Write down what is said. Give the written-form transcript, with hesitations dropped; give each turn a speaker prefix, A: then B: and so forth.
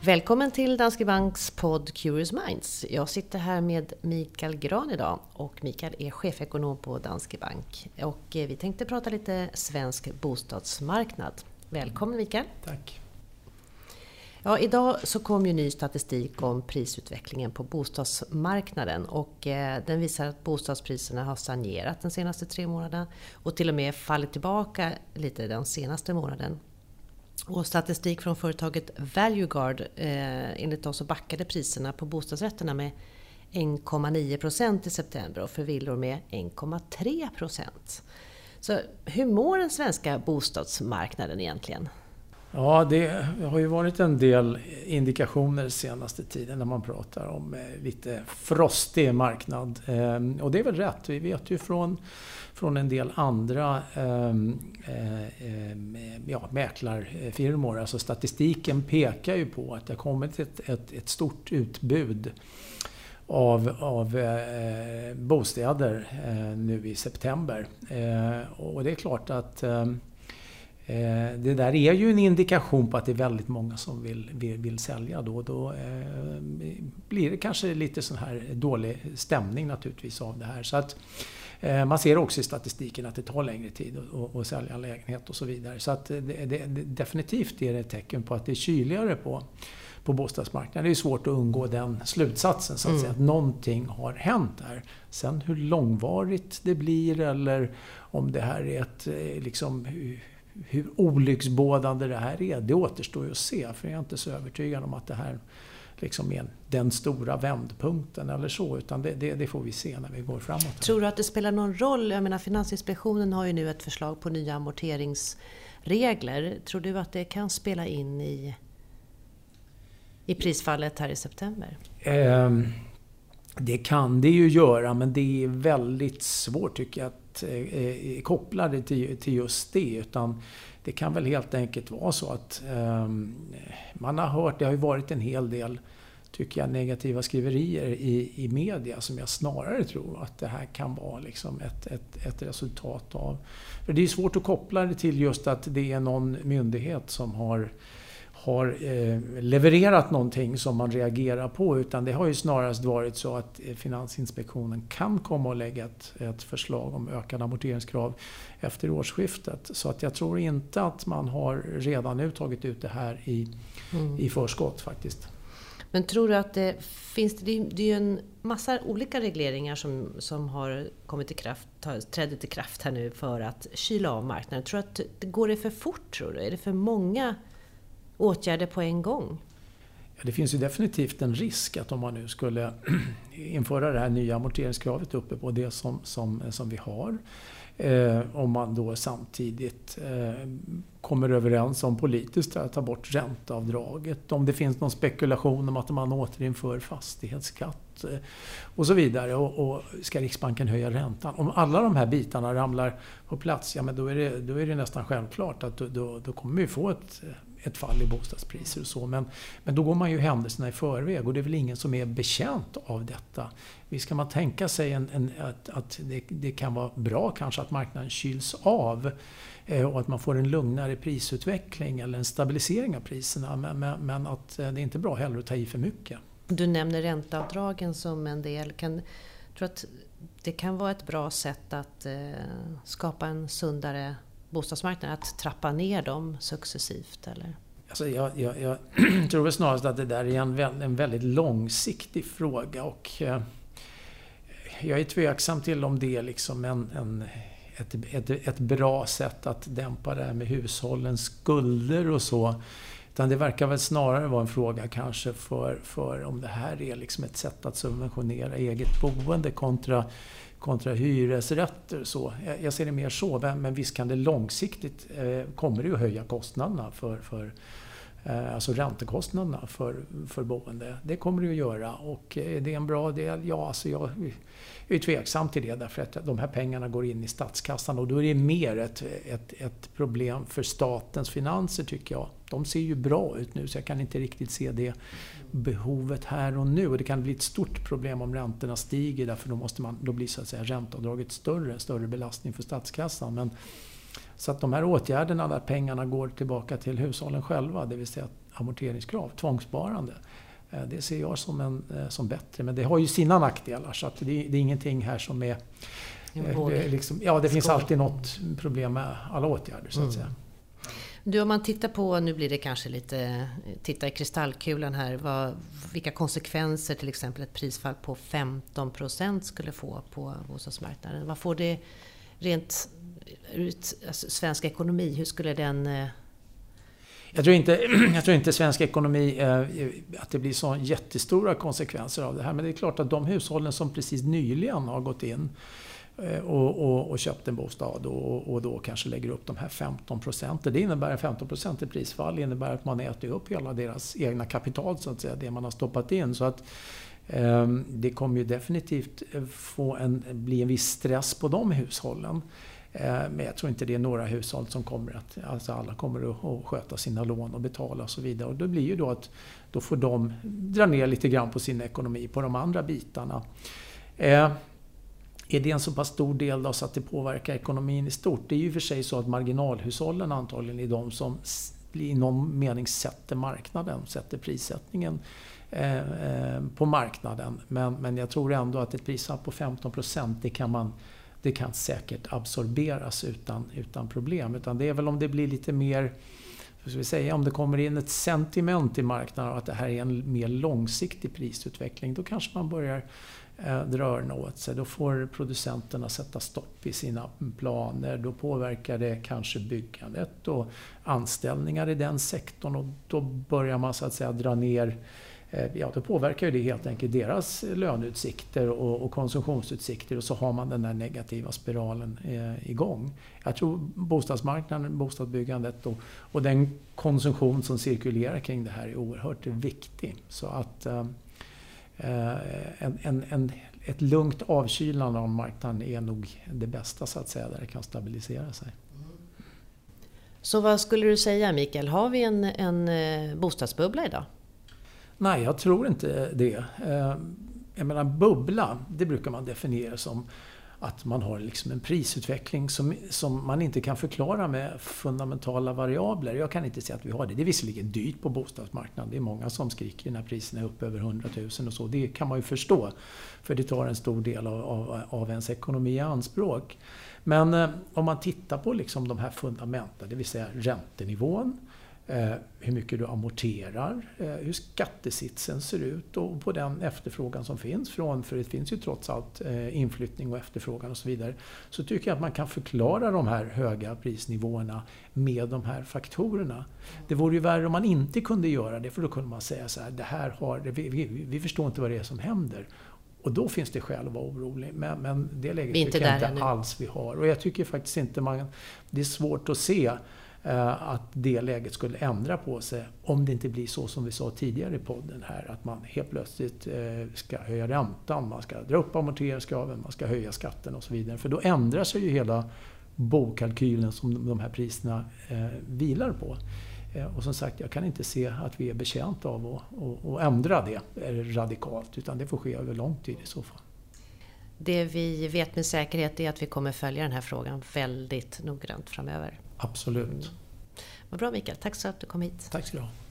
A: Välkommen till Danske Banks podd Curious Minds. Jag sitter här med Mikael Gran idag och Mikael är chefekonom på Danske Bank. Och vi tänkte prata lite svensk bostadsmarknad. Välkommen Mikael.
B: Tack.
A: Ja, idag så kom ju ny statistik om prisutvecklingen på bostadsmarknaden och den visar att bostadspriserna har stagnerat den senaste 3 månaderna och till och med fallit tillbaka lite den senaste månaden. Och statistik från företaget ValueGuard enligt dem så backade priserna på bostadsrätterna med 1,9% i september och för villor med 1,3%. Så hur mår den svenska bostadsmarknaden egentligen?
B: Ja, det har ju varit en del indikationer senaste tiden när man pratar om lite frostig marknad. Och det är väl rätt. Vi vet ju från en del andra mäklarfirmor. Alltså statistiken pekar ju på att det har kommit ett stort utbud av bostäder nu i september. Och det är klart att det där är ju en indikation på att det är väldigt många som vill sälja då blir det kanske lite sån här dålig stämning naturligtvis av det här. Så att man ser också i statistiken att det tar längre tid att sälja en lägenhet och så vidare. Så att definitivt är det ett tecken på att det är kyligare på bostadsmarknaden. Det är svårt att undgå den slutsatsen så att säga, att någonting har hänt där. Sen hur långvarigt det blir eller om det här är ett liksom hur olycksbådande det här är, det återstår ju att se. För jag är inte så övertygad om att det här liksom är den stora vändpunkten eller så, utan det får vi se när vi går framåt.
A: Tror du att det spelar någon roll? Jag menar, Finansinspektionen har ju nu ett förslag på nya amorteringsregler. Tror du att det kan spela in i prisfallet här i september?
B: Det kan det ju göra, men det är väldigt svårt tycker jag att koppla det till just det, utan det kan väl helt enkelt vara så att man har hört, det har ju varit en hel del tycker jag negativa skriverier i media som jag snarare tror att det här kan vara liksom ett resultat av. För det är svårt att koppla det till just att det är någon myndighet som har levererat någonting som man reagerar på, utan det har ju snarast varit så att Finansinspektionen kan komma att lägga ett förslag om ökade amorteringskrav efter årsskiftet. Så att jag tror inte att man har redan nu tagit ut det här i förskott faktiskt.
A: Men tror du att det finns, det är ju en massa olika regleringar som har kommit i kraft, trädde i kraft här nu för att kyla av marknaden. Tror du att det går för fort, tror du? Är det för många åtgärder på en gång?
B: Ja, det finns ju definitivt en risk att om man nu skulle införa det här nya amorteringskravet uppe på det som vi har, om man då samtidigt kommer överens om politiskt att ta bort ränteavdraget, om det finns någon spekulation om att man återinför fastighetsskatt och så vidare, och ska Riksbanken höja räntan. Om alla de här bitarna ramlar på plats, ja men då är det nästan självklart att då kommer vi få ett fall i bostadspriser och så. Men då går man ju händelserna i förväg och det är väl ingen som är betjänt av detta. Visst kan man tänka sig att det kan vara bra kanske att marknaden kyls av och att man får en lugnare prisutveckling eller en stabilisering av priserna. Men att det är inte bra heller att ta i för mycket.
A: Du nämner ränteavdragen som en del. Tror att det kan vara ett bra sätt att skapa en sundare bostadsmarknad, att trappa ner dem successivt, eller?
B: Alltså jag tror väl snarast att det där är en väldigt långsiktig fråga, och jag är tveksam till om det är liksom ett bra sätt att dämpa det här med hushållens skulder och så. Utan det verkar väl snarare vara en fråga kanske för om det här är liksom ett sätt att subventionera eget boende kontra hyresrätter. Så jag ser det mer så, men visst kan det långsiktigt kommer det att höja kostnaderna alltså räntekostnaderna för boende. Det kommer det att göra, och det är en bra del. Ja, alltså jag är tveksam till det, därför att de här pengarna går in i statskassan, och då är det mer ett problem för statens finanser tycker jag. De ser ju bra ut nu, så jag kan inte riktigt se det behovet här och nu, och det kan bli ett stort problem om räntorna stiger, därför då blir så att säga ränteavdraget större belastning för statskassan. Men så att de här åtgärderna där pengarna går tillbaka till hushållen själva, det vill säga amorteringskrav, tvångssparande. Det ser jag som bättre, men det har ju sina nackdelar, så att det är ingenting här som är... det finns alltid något problem med alla åtgärder, så att säga.
A: Du, om man tittar på, nu blir det kanske lite, titta i kristallkulan här, vilka konsekvenser till exempel ett prisfall på 15% skulle få på bostadsmarknaden? Vad får det rent ut svensk ekonomi? Hur skulle den...
B: Jag tror inte svensk ekonomi, att det blir så jättestora konsekvenser av det här. Men det är klart att de hushållen som precis nyligen har gått in och köpt en bostad och då kanske lägger upp de här 15%. Det innebär 15% i prisfall, innebär att man äter upp hela deras egna kapital, så att säga, det man har stoppat in. Så att det kommer ju definitivt bli en viss stress på de hushållen. Men jag tror inte det är några hushåll som kommer alla kommer att sköta sina lån och betala och så vidare. Och det blir ju då att då får de dra ner lite grann på sin ekonomi på de andra bitarna. Är det en så pass stor del då så att det påverkar ekonomin i stort? Det är ju för sig så att marginalhushållen antagligen är de som i någon mening sätter prissättningen på marknaden. Men jag tror ändå att ett prisfall på 15% det kan säkert absorberas utan problem. Utan det är väl om det blir lite mer, om det kommer in ett sentiment i marknaden och att det här är en mer långsiktig prisutveckling, då kanske man börjar dra öronen åt sig. Då får producenterna sätta stopp i sina planer. Då påverkar det kanske byggandet och anställningar i den sektorn, och då börjar man så att säga dra ner. Då påverkar ju det helt enkelt deras löneutsikter och konsumtionsutsikter, och så har man den där negativa spiralen igång. Jag tror bostadsmarknaden, bostadsbyggandet och den konsumtion som cirkulerar kring det här är oerhört viktig. Så att ett lugnt avkylande av marknaden är nog det bästa, så att säga, där det kan stabilisera sig.
A: Så vad skulle du säga, Mikael? Har vi en bostadsbubbla idag?
B: Nej, jag tror inte det. Jag menar, bubbla, det brukar man definiera som att man har liksom en prisutveckling som man inte kan förklara med fundamentala variabler. Jag kan inte säga att vi har det. Det är visserligen dyrt på bostadsmarknaden. Det är många som skriker när priserna är upp över 100 000 och så. Det kan man ju förstå, för det tar en stor del av ens ekonomi i anspråk. Men om man tittar på liksom de här fundamenten, det vill säga räntenivån, hur mycket du amorterar, hur skattesitsen ser ut och på den efterfrågan som finns för det finns ju trots allt inflyttning och efterfrågan och så vidare, så tycker jag att man kan förklara de här höga prisnivåerna med de här faktorerna. Det vore ju värre om man inte kunde göra det, för då kunde man säga så här, vi förstår inte vad det är som händer. Och då finns det skäl att vara orolig. Men det läget tycker jag inte alls vi har. Och jag tycker faktiskt inte det är svårt att se att det läget skulle ändra på sig om det inte blir så som vi sa tidigare i podden här, att man helt plötsligt ska höja räntan, man ska dra upp amorteringskraven, man ska höja skatten och så vidare. För då ändrar sig ju hela bokalkylen som de här priserna vilar på. Och som sagt, jag kan inte se att vi är betjänta av att ändra det radikalt, utan det får ske över lång tid i så fall.
A: Det vi vet med säkerhet är att vi kommer följa den här frågan väldigt noggrant framöver.
B: Absolut.
A: Vad bra, Mikael. Tack så att du kom hit.
B: Tack ska du ha.